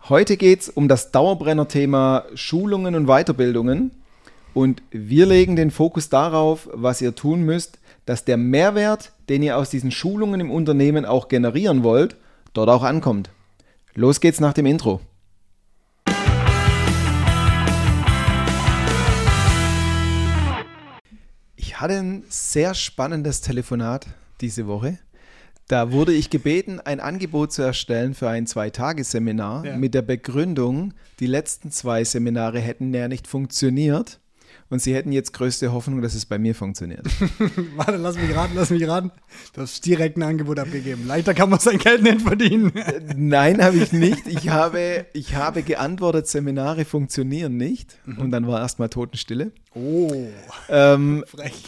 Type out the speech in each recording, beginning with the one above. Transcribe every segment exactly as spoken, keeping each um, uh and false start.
Heute geht es um das Dauerbrenner-Thema Schulungen und Weiterbildungen und wir legen den Fokus darauf, was ihr tun müsst, dass der Mehrwert, den ihr aus diesen Schulungen im Unternehmen auch generieren wollt, dort auch ankommt. Los geht's nach dem Intro. Ich hatte ein sehr spannendes Telefonat diese Woche. Da wurde ich gebeten, ein Angebot zu erstellen für ein Zwei-Tage-Seminar ja. mit der Begründung, die letzten zwei Seminare hätten ja nicht funktioniert und sie hätten jetzt größte Hoffnung, dass es bei mir funktioniert. Warte, lass mich raten, lass mich raten. Du hast direkt ein Angebot abgegeben. Leichter kann man sein Geld nicht verdienen. Nein, habe ich nicht. Ich habe, ich habe geantwortet, Seminare funktionieren nicht. Mhm. Und dann war erstmal Totenstille. Oh, ähm, frech.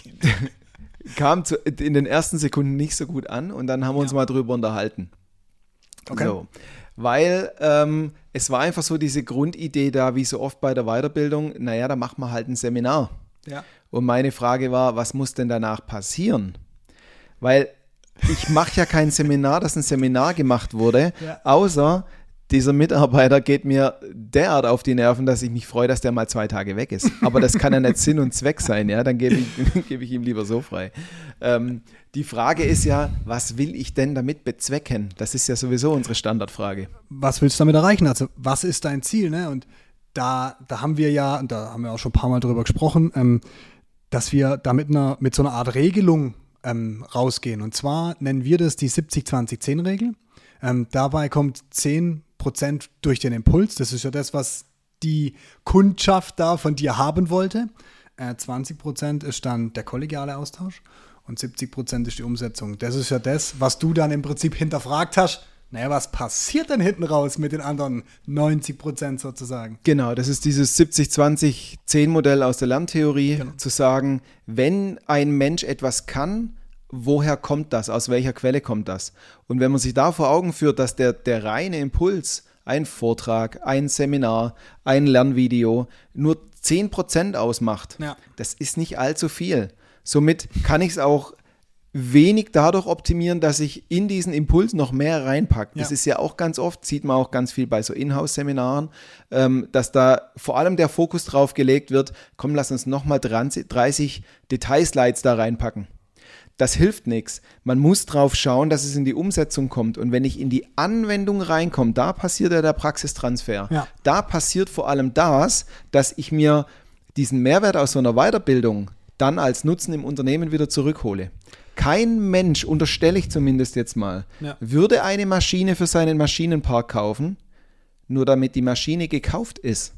Kam zu, in den ersten Sekunden nicht so gut an und dann haben wir uns ja. mal drüber unterhalten. Okay. So, weil ähm, es war einfach so diese Grundidee da, wie so oft bei der Weiterbildung, naja, da macht man halt ein Seminar. Ja. Und meine Frage war, was muss denn danach passieren? Weil ich mache ja kein Seminar, dass ein Seminar gemacht wurde, ja. außer dieser Mitarbeiter geht mir derart auf die Nerven, dass ich mich freue, dass der mal zwei Tage weg ist. Aber das kann ja nicht Sinn und Zweck sein, ja, dann gebe ich, gebe ich ihm lieber so frei. Ähm, die Frage ist ja, was will ich denn damit bezwecken? Das ist ja sowieso unsere Standardfrage. Was willst du damit erreichen? Also was ist dein Ziel? Ne? Und da, da haben wir ja, und da haben wir auch schon ein paar Mal drüber gesprochen, ähm, dass wir da mit, einer, mit so einer Art Regelung ähm, rausgehen. Und zwar nennen wir das die siebzig zwanzig zehn Regel. Ähm, dabei kommt zehn Prozent durch den Impuls. Das ist ja das, was die Kundschaft da von dir haben wollte. Äh, zwanzig Prozent ist dann der kollegiale Austausch und siebzig Prozent ist die Umsetzung. Das ist ja das, was du dann im Prinzip hinterfragt hast. Naja, was passiert denn hinten raus mit den anderen neunzig Prozent sozusagen? Genau, das ist dieses siebzig zwanzig zehn Modell aus der Lerntheorie, genau. Zu sagen, wenn ein Mensch etwas kann, woher kommt das? Aus welcher Quelle kommt das? Und wenn man sich da vor Augen führt, dass der, der reine Impuls, ein Vortrag, ein Seminar, ein Lernvideo nur zehn Prozent ausmacht, ja. das ist nicht allzu viel. Somit kann ich es auch wenig dadurch optimieren, dass ich in diesen Impuls noch mehr reinpacke. Ja. Das ist ja auch ganz oft, sieht man auch ganz viel bei so Inhouse-Seminaren, ähm, dass da vor allem der Fokus drauf gelegt wird, komm, lass uns nochmal dreißig Detailslides da reinpacken. Das hilft nichts. Man muss drauf schauen, dass es in die Umsetzung kommt. Und wenn ich in die Anwendung reinkomme, da passiert ja der Praxistransfer. Ja. Da passiert vor allem das, dass ich mir diesen Mehrwert aus so einer Weiterbildung dann als Nutzen im Unternehmen wieder zurückhole. Kein Mensch, unterstelle ich zumindest jetzt mal, ja. würde eine Maschine für seinen Maschinenpark kaufen, nur damit die Maschine gekauft ist.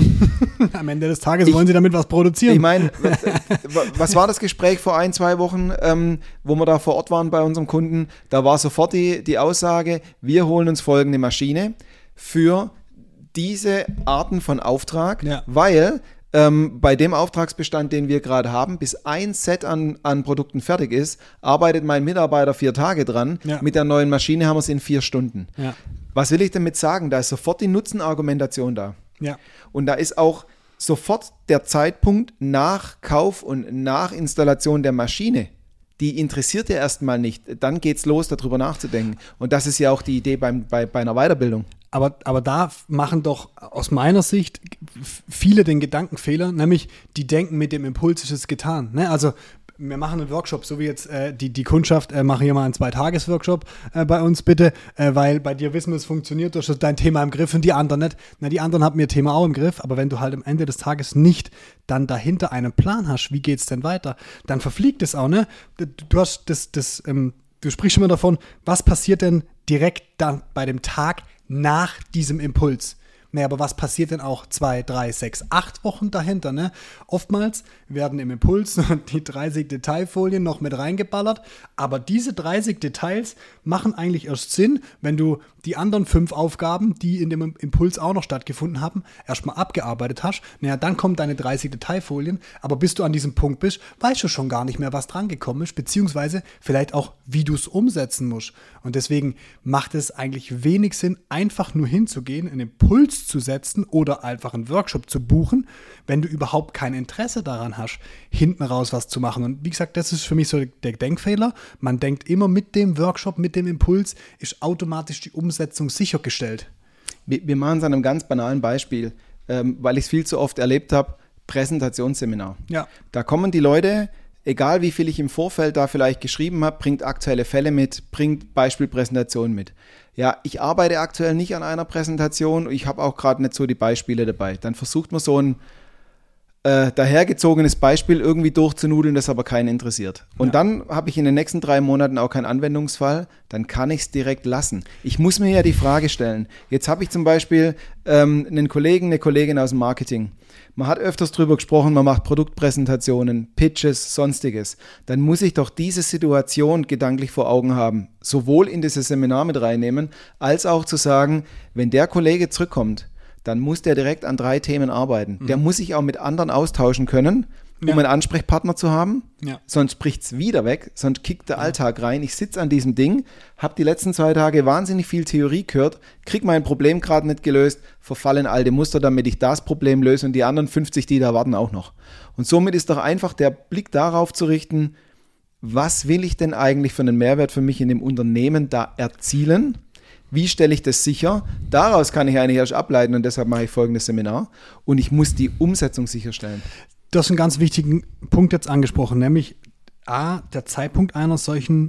Am Ende des Tages ich, wollen sie damit was produzieren. Ich meine, was, was war das Gespräch vor ein, zwei Wochen, ähm, wo wir da vor Ort waren bei unserem Kunden? Da war sofort die, die Aussage, wir holen uns folgende Maschine für diese Arten von Auftrag, ja. weil ähm, bei dem Auftragsbestand, den wir gerade haben, bis ein Set an, an Produkten fertig ist, arbeitet mein Mitarbeiter vier Tage dran. Ja. Mit der neuen Maschine haben wir es in vier Stunden. Ja. Was will ich damit sagen? Da ist sofort die Nutzenargumentation da. Ja. Und da ist auch sofort der Zeitpunkt nach Kauf und nach Installation der Maschine. Die interessiert ja erstmal nicht. Dann geht's los, darüber nachzudenken. Und das ist ja auch die Idee beim, bei, bei einer Weiterbildung. Aber, aber da machen doch aus meiner Sicht viele den Gedankenfehler, nämlich die denken, mit dem Impuls ist es getan. Ne? Also wir machen einen Workshop, so wie jetzt äh, die, die Kundschaft, äh, mache hier mal einen Zwei-Tages-Workshop äh, bei uns bitte, äh, weil bei dir wissen wir, es funktioniert, du hast dein Thema im Griff und die anderen nicht. Na, die anderen haben ihr Thema auch im Griff, aber wenn du halt am Ende des Tages nicht dann dahinter einen Plan hast, wie geht's denn weiter, dann verfliegt es auch, ne? Du hast das, das, ähm, du sprichst immer davon, was passiert denn direkt dann bei dem Tag nach diesem Impuls? Naja, aber was passiert denn auch zwei, drei, sechs, acht Wochen dahinter? Ne? Oftmals werden im Impuls die dreißig Detailfolien noch mit reingeballert, aber diese dreißig Details machen eigentlich erst Sinn, wenn du die anderen fünf Aufgaben, die in dem Impuls auch noch stattgefunden haben, erstmal abgearbeitet hast. Naja, dann kommen deine dreißig Detailfolien, aber bis du an diesem Punkt bist, weißt du schon gar nicht mehr, was dran gekommen ist, beziehungsweise vielleicht auch, wie du es umsetzen musst. Und deswegen macht es eigentlich wenig Sinn, einfach nur hinzugehen, einen Impuls zu setzen oder einfach einen Workshop zu buchen, wenn du überhaupt kein Interesse daran hast, hinten raus was zu machen. Und wie gesagt, das ist für mich so der Denkfehler. Man denkt immer, mit dem Workshop, mit dem Impuls ist automatisch die Umsetzung sichergestellt. Wir, wir machen es an einem ganz banalen Beispiel, ähm, weil ich es viel zu oft erlebt habe, Präsentationsseminar. Ja. Da kommen die Leute, egal wie viel ich im Vorfeld da vielleicht geschrieben habe, bringt aktuelle Fälle mit, bringt Beispielpräsentationen mit. Ja, ich arbeite aktuell nicht an einer Präsentation, ich habe auch gerade nicht so die Beispiele dabei. Dann versucht man so ein äh, dahergezogenes Beispiel irgendwie durchzunudeln, das aber keinen interessiert. Und ja. dann habe ich in den nächsten drei Monaten auch keinen Anwendungsfall, dann kann ich es direkt lassen. Ich muss mir ja die Frage stellen, jetzt habe ich zum Beispiel ähm, einen Kollegen, eine Kollegin aus dem Marketing. Man hat öfters drüber gesprochen, man macht Produktpräsentationen, Pitches, sonstiges. Dann muss ich doch diese Situation gedanklich vor Augen haben. Sowohl in dieses Seminar mit reinnehmen, als auch zu sagen, wenn der Kollege zurückkommt, dann muss der direkt an drei Themen arbeiten. Mhm. Der muss sich auch mit anderen austauschen können, um ja. einen Ansprechpartner zu haben. Ja. Sonst bricht es wieder weg, sonst kickt der ja. Alltag rein. Ich sitze an diesem Ding, habe die letzten zwei Tage wahnsinnig viel Theorie gehört, kriege mein Problem gerade nicht gelöst, verfalle in alte Muster, damit ich das Problem löse und die anderen fünfzig, die da warten, auch noch. Und somit ist doch einfach der Blick darauf zu richten, was will ich denn eigentlich für einen Mehrwert für mich in dem Unternehmen da erzielen? Wie stelle ich das sicher? Daraus kann ich eigentlich erst ableiten und deshalb mache ich folgendes Seminar. Und ich muss die Umsetzung sicherstellen. Du hast einen ganz wichtigen Punkt jetzt angesprochen, nämlich A, der Zeitpunkt einer solchen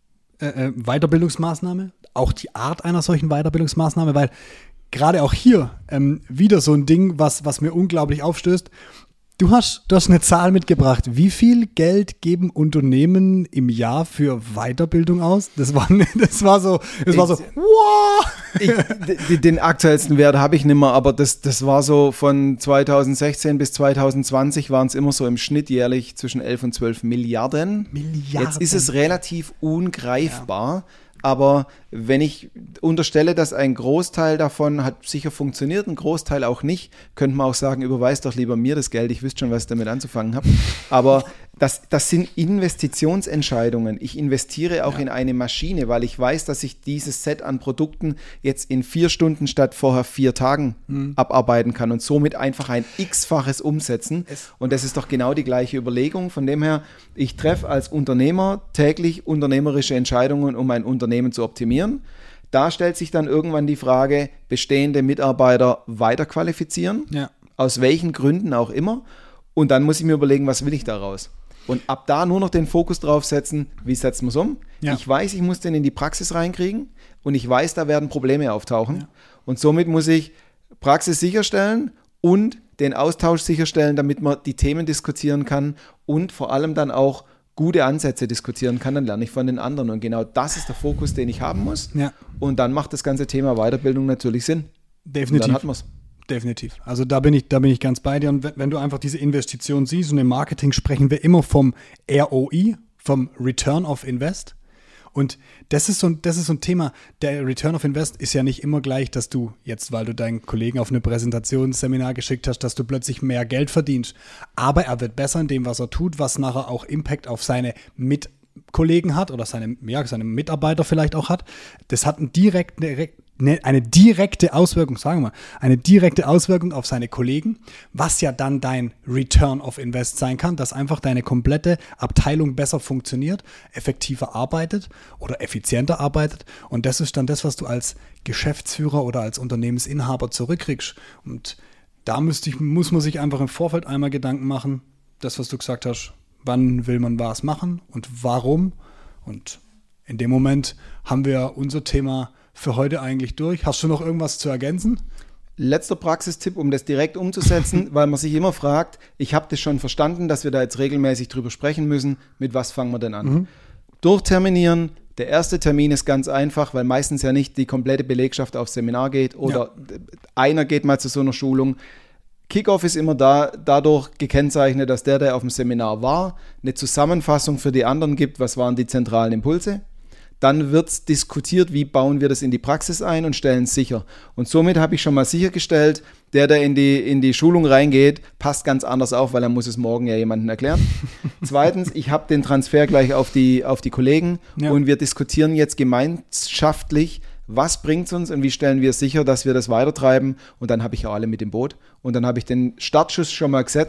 äh, Weiterbildungsmaßnahme, auch die Art einer solchen Weiterbildungsmaßnahme, weil gerade auch hier ähm, wieder so ein Ding, was, was mir unglaublich aufstößt. Du hast, du hast eine Zahl mitgebracht. Wie viel Geld geben Unternehmen im Jahr für Weiterbildung aus? Das war, das war so, das war so, wow! Ich, den aktuellsten Wert habe ich nicht mehr, aber das, das war so von zweitausendsechzehn bis zweitausendzwanzig waren es immer so im Schnitt jährlich zwischen elf und zwölf Milliarden. Milliarden. Jetzt ist es relativ ungreifbar. Ja. Aber wenn ich unterstelle, dass ein Großteil davon hat sicher funktioniert, ein Großteil auch nicht, könnte man auch sagen, überweis doch lieber mir das Geld, ich wüsste schon, was ich damit anzufangen habe. Aber das, das sind Investitionsentscheidungen. Ich investiere auch ja. in eine Maschine, weil ich weiß, dass ich dieses Set an Produkten jetzt in vier Stunden statt vorher vier Tagen mhm. abarbeiten kann und somit einfach ein x-faches umsetzen. Es und das ist doch genau die gleiche Überlegung. Von dem her, ich treffe als Unternehmer täglich unternehmerische Entscheidungen, um ein Unternehmen zu optimieren. Da stellt sich dann irgendwann die Frage, bestehende Mitarbeiter weiter qualifizieren, ja. aus welchen Gründen auch immer. Und dann muss ich mir überlegen, was will ich daraus? Und ab da nur noch den Fokus drauf setzen, wie setzen wir es um? Ja. Ich weiß, ich muss den in die Praxis reinkriegen und ich weiß, da werden Probleme auftauchen. Ja. Und somit muss ich Praxis sicherstellen und den Austausch sicherstellen, damit man die Themen diskutieren kann und vor allem dann auch gute Ansätze diskutieren kann, dann lerne ich von den anderen. Und genau das ist der Fokus, den ich haben muss. Ja. Und dann macht das ganze Thema Weiterbildung natürlich Sinn. Definitiv. Und dann hat man es. Definitiv. Also da bin ich, da bin ich ganz bei dir. Und wenn, wenn du einfach diese Investition siehst, und im Marketing sprechen wir immer vom R O I, vom Return of Invest. Und das ist so ein, das ist so ein Thema, der Return of Invest ist ja nicht immer gleich, dass du jetzt, weil du deinen Kollegen auf eine Präsentationsseminar geschickt hast, dass du plötzlich mehr Geld verdienst. Aber er wird besser in dem, was er tut, was nachher auch Impact auf seine Mitkollegen hat oder seine, ja, seine Mitarbeiter vielleicht auch hat. Das hat einen direkten, direkt, eine direkte Auswirkung, sagen wir mal, eine direkte Auswirkung auf seine Kollegen, was ja dann dein Return of Invest sein kann, dass einfach deine komplette Abteilung besser funktioniert, effektiver arbeitet oder effizienter arbeitet und das ist dann das, was du als Geschäftsführer oder als Unternehmensinhaber zurückkriegst und da müsste ich, muss man sich einfach im Vorfeld einmal Gedanken machen, das, was du gesagt hast, wann will man was machen und warum und in dem Moment haben wir unser Thema für heute eigentlich durch. Hast du noch irgendwas zu ergänzen? Letzter Praxistipp, um das direkt umzusetzen, weil man sich immer fragt, ich habe das schon verstanden, dass wir da jetzt regelmäßig drüber sprechen müssen, mit was fangen wir denn an? Mhm. Durchterminieren. Der erste Termin ist ganz einfach, weil meistens ja nicht die komplette Belegschaft aufs Seminar geht oder ja. einer geht mal zu so einer Schulung. Kickoff ist immer da, dadurch gekennzeichnet, dass der, der auf dem Seminar war, eine Zusammenfassung für die anderen gibt, was waren die zentralen Impulse. Dann wird diskutiert, wie bauen wir das in die Praxis ein und stellen es sicher. Und somit habe ich schon mal sichergestellt, der, der in die, in die Schulung reingeht, passt ganz anders auf, weil er muss es morgen ja jemandem erklären. Zweitens, ich habe den Transfer gleich auf die, auf die Kollegen ja. und wir diskutieren jetzt gemeinschaftlich, was bringt es uns und wie stellen wir sicher, dass wir das weitertreiben. Und dann habe ich auch alle mit im Boot. Und dann habe ich den Startschuss schon mal gesetzt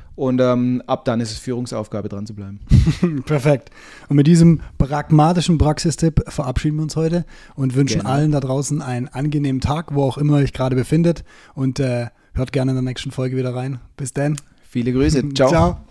Und ähm, ab dann ist es Führungsaufgabe, dran zu bleiben. Perfekt. Und mit diesem pragmatischen Praxistipp verabschieden wir uns heute und wünschen Gerne. allen da draußen einen angenehmen Tag, wo auch immer ihr euch gerade befindet. Und äh, hört gerne in der nächsten Folge wieder rein. Bis dann. Viele Grüße. Ciao. Ciao.